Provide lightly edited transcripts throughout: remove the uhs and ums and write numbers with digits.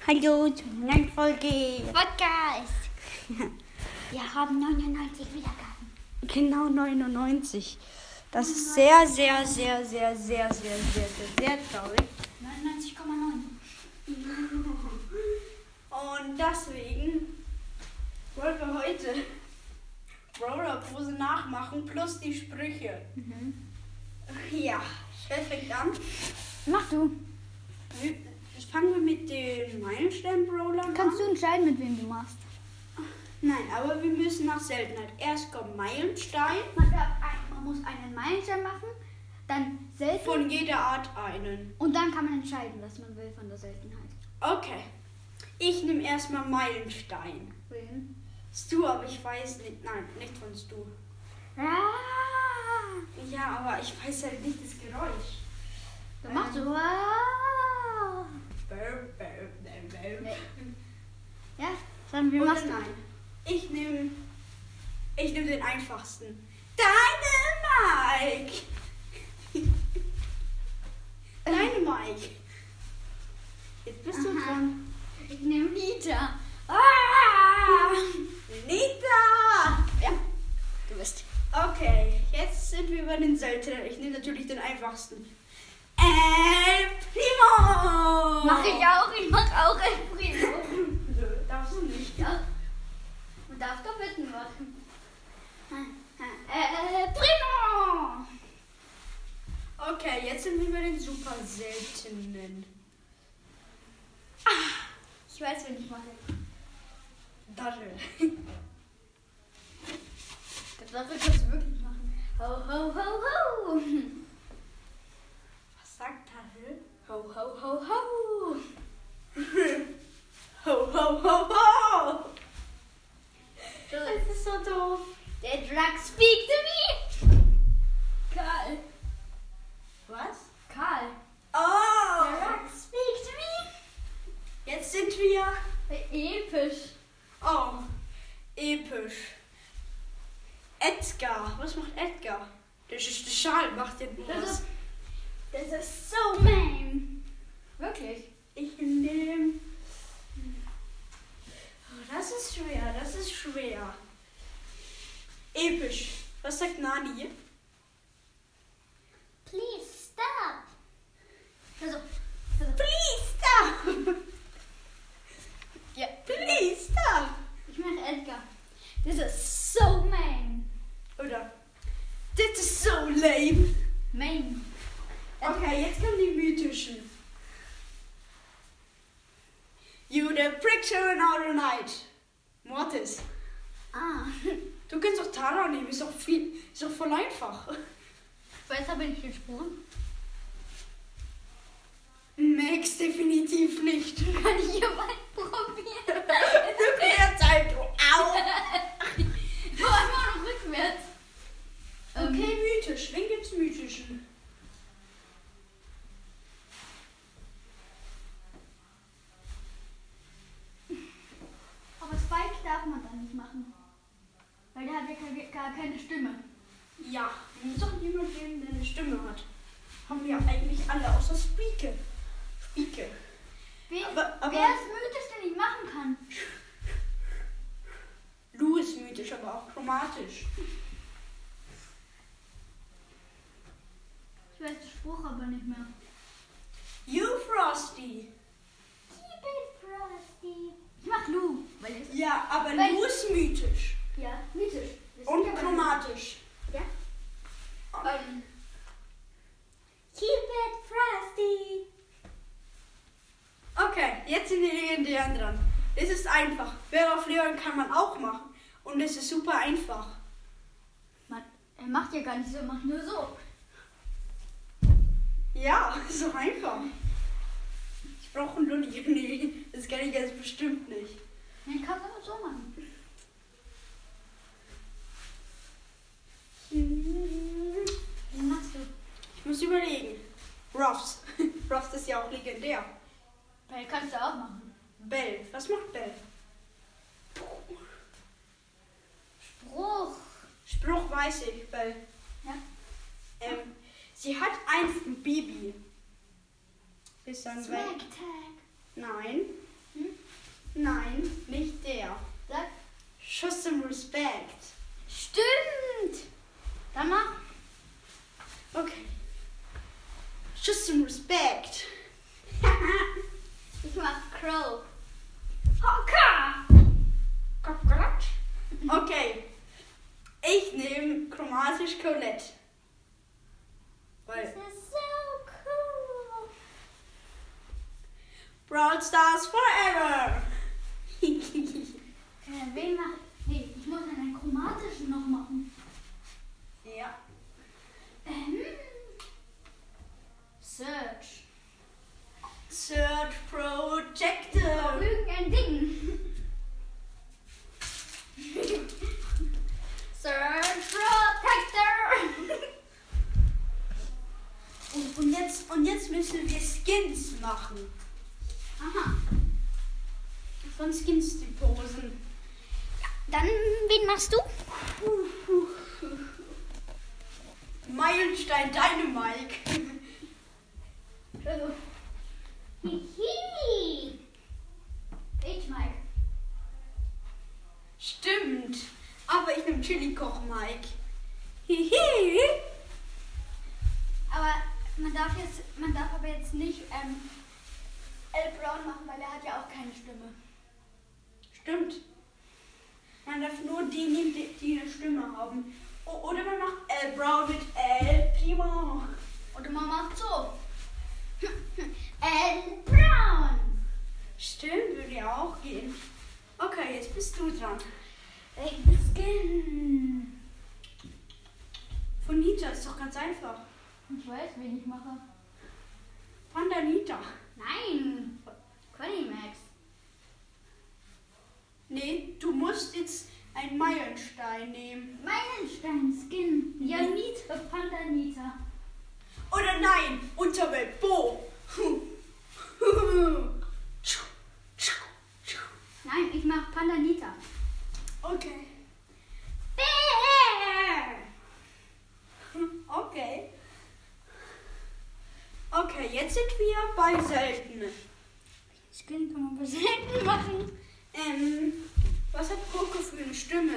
Hallo zur neuen Folge. Podcast. Wir haben 99 Wiedergaben. Genau 99. Das ist sehr, sehr, sehr, sehr, sehr, sehr, sehr, sehr traurig. 99,9. Und deswegen wollen wir heute Rollerpose nachmachen plus die Sprüche. Ja, wer fängt an? Mach du. Fangen wir mit den Meilenstein-Rollern Kannst an. du entscheiden, mit wem du machst? Nein, aber wir müssen nach Seltenheit. Erst kommt Meilenstein. Man muss einen Meilenstein machen, dann selten. Von jeder Art einen. Und dann kann man entscheiden, was man will von der Seltenheit. Okay. Ich nehme erstmal Meilenstein. Wen? Stu, aber ich weiß nicht. Nein, nicht von Stu. Ja, aber ich weiß halt nicht das Geräusch. Dann machst du. Nee. Ja, dann wir Oder machst du. nein. Ich nehme den einfachsten. Dynamike. Dynamike. Jetzt bist du dran. Ich nehme Nita. Nita. Ja, du bist. Okay, jetzt sind wir bei den seltenen. Ich nehme natürlich den einfachsten. El Primo. Mach ich auch. Ich mach auch ein Primo. Nö, darfst du nicht. Ja. Man darf doch mitmachen. Primo! Okay, jetzt sind wir bei den super seltenen. Ich weiß, wen ich mache. Daryl. Das kannst du wirklich machen. Ho, ho, ho, ho! Was sagt Daryl? Ho, ho, ho, ho! Ho, ho, ho, ho! Das Das ist so doof. Der Drug speak to me! Karl. Was? Karl. Oh! Der Drug speak to me! Jetzt sind wir. Episch. Oh, episch. Edgar. Was macht Edgar? Der Schal macht den was. Das ist so lame. Wirklich? Ich nehme. Oh, das ist schwer, das ist schwer. Episch. Was sagt Nani? Please stop. Also. Please stop! Ja. Please stop! Ich mache Edgar. Das ist so lame. Oder? Das ist so lame. Lame. Okay, jetzt kommen die mythischen. You the picture in our night. Mortis. Ah. Du kannst doch Tara nehmen, ist doch voll einfach. Weiß aber nicht den Spruch. Max definitiv nicht. Kann ich hier mal probieren? Rückwärts halt, du Au! Nur einmal noch rückwärts. Okay, mythisch. Wen gibt's mythischen? Aber Spike darf man dann nicht machen. Weil der hat ja gar keine Stimme. Ja, muss doch niemand geben, der eine Stimme hat. Haben wir eigentlich alle, außer Spieke. Spieke. Wer Aber ist mythisch, den ich machen kann? Lou ist mythisch, aber auch chromatisch. Ich weiß den Spruch aber nicht mehr. You Frosty. Keep it frosty. Ich mach Lou, weil es Ja, aber Weil- Lou ist mythisch. ja mythisch. Das Und ist aber- chromatisch. Ja. Keep it frosty. Okay, jetzt sind die legendären dran. Das ist einfach. Wer auf Leon kann man auch machen. Und es ist super einfach. Er macht ja gar nicht so, er macht nur so. Ja, so einfach. Ich brauche einen Lulli. Nee, das kann ich jetzt bestimmt nicht. Den kannst du aber so machen. Den machst du. Ich muss überlegen. Ruffs. Ruffs ist ja auch legendär. Den kannst du auch machen. Bell. Was macht Bell? Spruch. Spruch weiß ich, Bell. Ja. Sie hat ein Baby. Bis dann Swag weg. Tag. Nein. Nein, nicht der. Sag. Show some respect. Stimmt. Dann mach. Okay. Show some respect. Ich mach Crow. Okay. Ich nehme chromatisch Colette. Das Weil ist so cool. Brawl Stars forever. Wen mach ich? Nee, ich muss einen chromatischen noch machen. Ja. Search. Search Projector. Irgendein Ding. Search Protector. Und jetzt müssen wir Skins machen. Aha. Von Skins die Posen. Dann, wen machst du? Meilenstein Dynamike. Also. Hihi. Ich, Mike. Stimmt. Aber ich nehme Chili-Koch Mike. Hihi. Aber man darf aber jetzt nicht L. Brown machen, weil er hat ja auch keine Stimme. Stimmt. Man darf nur die nehmen, die eine Stimme haben. Oder man macht L. Brown mit L. Primo. Oder man macht so. L. Brown. Stimmt, würde ja auch gehen. Okay, jetzt bist du dran. Skin. Von Nita ist doch ganz einfach. Ich weiß, wen ich mache. Panda Nita. Nein. Conny Max. Nee, du musst jetzt einen Meilenstein nehmen. Meilenstein-Skin. Janita, Pandanita. Oder nein, Unterwelt Bo. Nein, ich mach Pandanita. Okay. Bär. Okay. Okay, jetzt sind wir bei seltenen. Skin kann man aber selten machen. Was hat Poco für eine Stimme?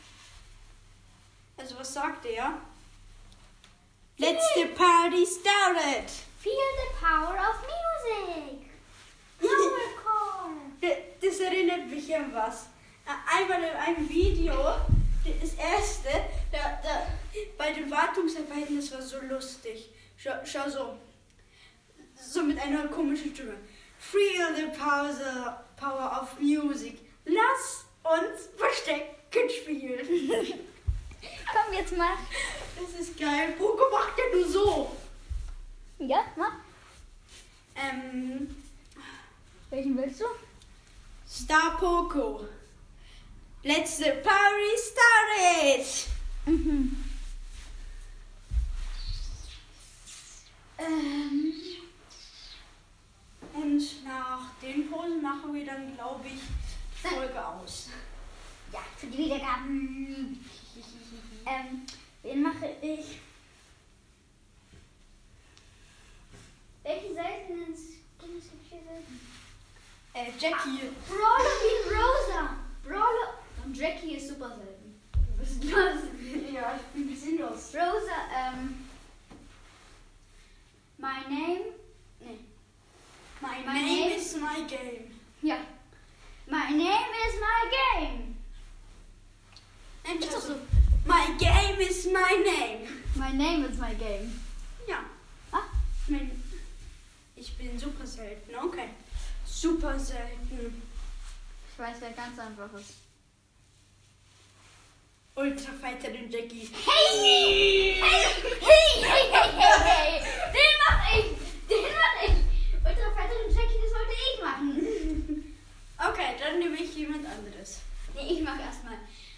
Also was sagt er? Let's the party started. Feel the power of music. Power Core. Das erinnert mich an was. Einmal in einem Video, das erste, bei den Wartungsarbeiten, das war so lustig. Schau so mit einer komischen Stimme. Feel the power of music. Lass uns Verstecken spielen. Komm, jetzt mach. Das ist geil. Poco macht ja nur so. Ja, mach. Ähm, Welchen willst du? Star Poco. Let's the party started. Mhm. Und nach den Posen machen wir dann, glaube ich, die Folge aus. Ja, für die Wiedergaben. Wen mache ich? Welche seltenen Skins gibt es hier selten? Jackie. Brawler wie Rosa. Brawler. Und Jackie ist super selten. Du bist los. Ja, ich bin ein bisschen los. Rosa, My name. Nee. My My name name- is my game. Ja. My name is my game. Ist doch so. My game is my name. My name is my game. Ja. Ah? Ich bin super selten. Okay. Super selten. Ich weiß, wer ganz einfach ist. Ultra Fighterin Jackie. Hey! Hey! Den mach ich! Ultra Fighterin Jackie, das wollte ich machen. Okay, dann nehme ich jemand anderes. Nee, ich mach erstmal.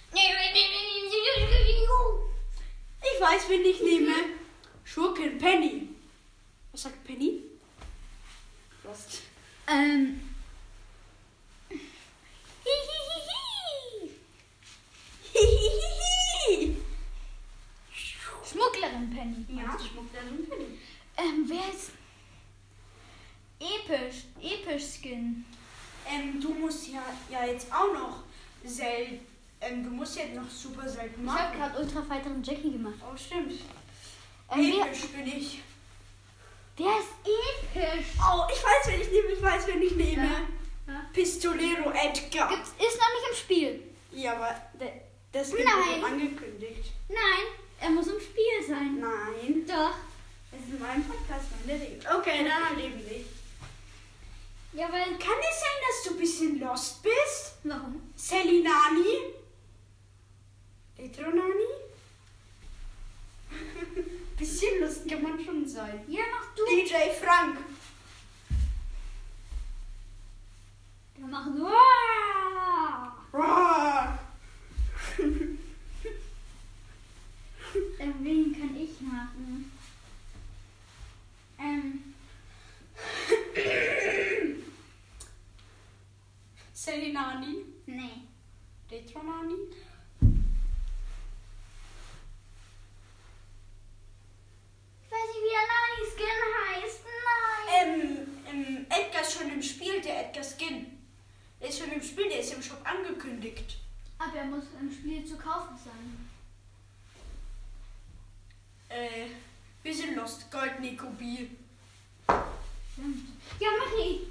Ich weiß, wen ich nehme. Schurkin Penny. Was sagt Penny? Lost. Schmugglerin Penny. Ja, Schmugglerin Penny. Wer ist episch? Episch Skin. Du musst ja jetzt auch noch du musst jetzt noch super selten Ich machen. habe gerade Ultra Fighterin Jackie gemacht. Oh, stimmt. Wer Episch bin ich. ist episch? Oh, ich weiß, wen ich nehme. Ja. Pistolero Edgar. Ist noch nicht im Spiel. Ja, aber das wird Nein. so angekündigt. Nein, er muss im Spiel sein. Nein. Doch. Das ist mein Podcast, mein Leben. Okay, dann leben nicht. Ja, weil... Kann es sein, dass du ein bisschen lost bist? Warum? Selinani? Etronani? Bisschen Lust kann man schon sein. Ja, mach du. DJ Frank. Dann mach du. Roar. Wen kann ich machen? Selinani? Nee. Etronani? Ich weiß nicht, wie der Nani-Skin heißt. Nein. Edgar ist schon im Spiel, der Edgar Skin. Der ist schon im Spiel, der ist im Shop angekündigt. Aber er muss im Spiel zu kaufen sein. Wir sind Lost. Gold Nikobi. Stimmt. Ja, mach ich.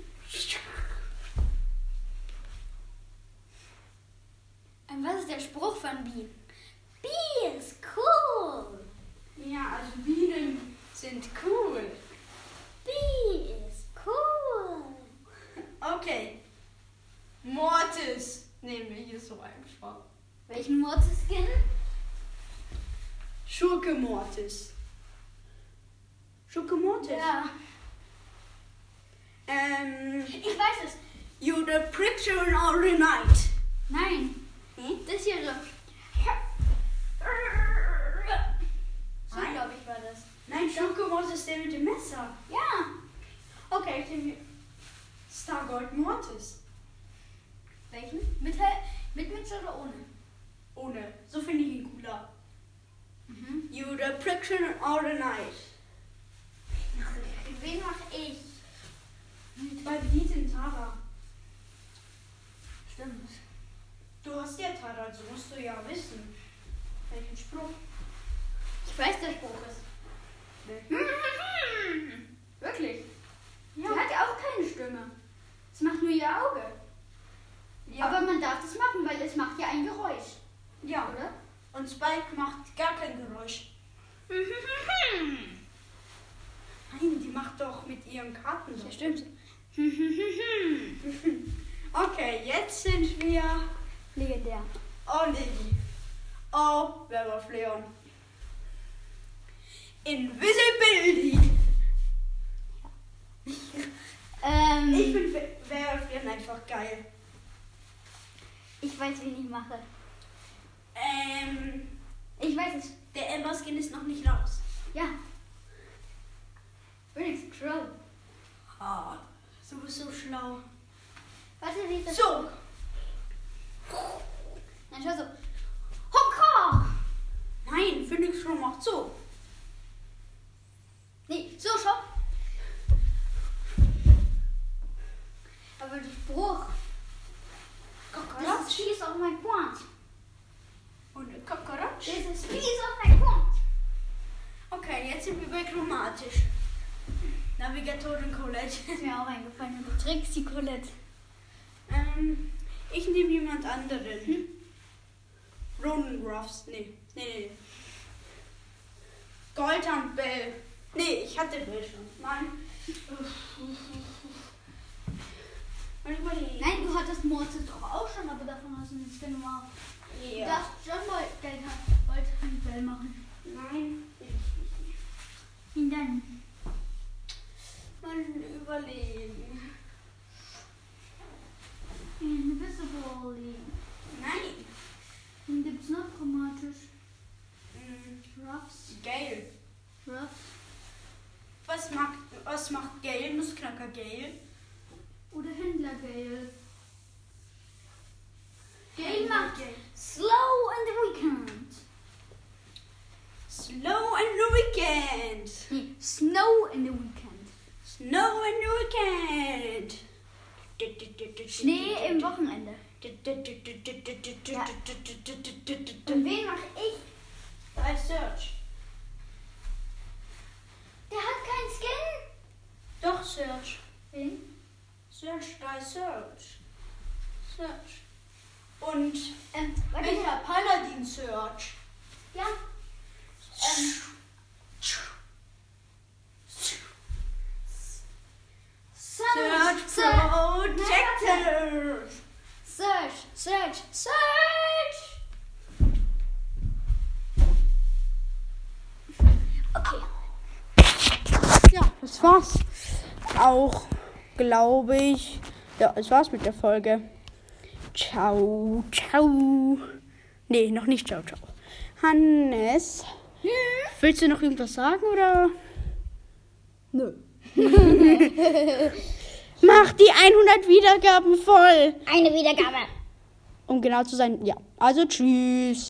Was ist der Spruch von Bee? Bee ist cool. Ja, also Bienen sind cool. Bee ist cool. Okay. Mortis nehmen wir hier so einfach. Welchen Mortis-Skin? Schurke Mortis. Schurke Mortis? Ja. Ich weiß es. You the picture all the night. Nein. Hm? Das hier so. So, Nein. glaube ich, war das. Nein, Schurke Mortis ist der mit dem Messer. Ja. Okay, ich nehme Stargold Mortis. Welchen? Mit Mütze oder ohne? Ohne. So finde ich ihn cooler. Mhm. You the picture all the night. Wen mache ich? Bei Viten Tara. Stimmt. Du hast ja Tara, also musst du ja wissen, welchen Spruch. Ich weiß, der Spruch ist. Wirklich? Ja. Die hat ja auch keine Stimme. Es macht nur ihr Auge. Ja. Aber man darf das machen, weil es macht ja ein Geräusch. Ja. Oder? Und Spike macht gar kein Geräusch. Nein, die macht doch mit ihren Karten so. Ja, stimmt. Okay, jetzt sind wir. Legendär. Oh, Lilly. Oh, wer war Leon? Invisibility. Ich finde Werwolf einfach geil. Ich weiß, wen ich mache. Ich weiß es. Der Ember Skin ist noch nicht raus. Ja. Phoenix Crow. Ah, du bist so schlau. Warte, wie ist das? So. Nein, schau so. Honka! Nein, Phoenix Crow macht so. Nee, so, schau. Aber der Spruch. Das ist Schieß auf mein Point. Und eine Kokorotsch. Das ist Schieß auf mein Point. Okay, jetzt sind wir bei chromatisch. Navigatorin Colette. Ist mir auch eingefallen. Du trägst die Colette. Ich nehme jemand anderen. Ronan Ruffs. Nee. Goldhand Bell. Nee, ich hatte Bell schon. Nein. Mal überlegen. Nein, du hattest Mortis doch auch schon, aber davon hast du nichts gemacht. Du Ja. darfst schon wollte ein Bell machen. Nein. Wie denn? Mal überlegen. Invisible. Nein. Wen gibt's noch chromatisch? Ruffs. Gale. Ruffs. Was macht Gale? Nussknacker Gale? Oder Händler Gale. Gale Händler macht Gale. Slow in the Weekend. Slow in the weekend. Nee, Snow in the Weekend. Snow in the weekend. Nee, im Wochenende. Und wen mache ich? Bei Search. Der hat keinen Skin. Doch, Search. Wen? Search, bei Search. Search. Und Warte. welcher Paladin Search? Ja. Search Protector. Search. Okay. Ja, das war's auch, glaube ich. Ja, das war's mit der Folge. Ciao. Nee, noch nicht ciao. Hannes, willst du noch irgendwas sagen, oder? Nö. Mach die 100 Wiedergaben voll. Eine Wiedergabe. Um genau zu sein, ja. Also tschüss.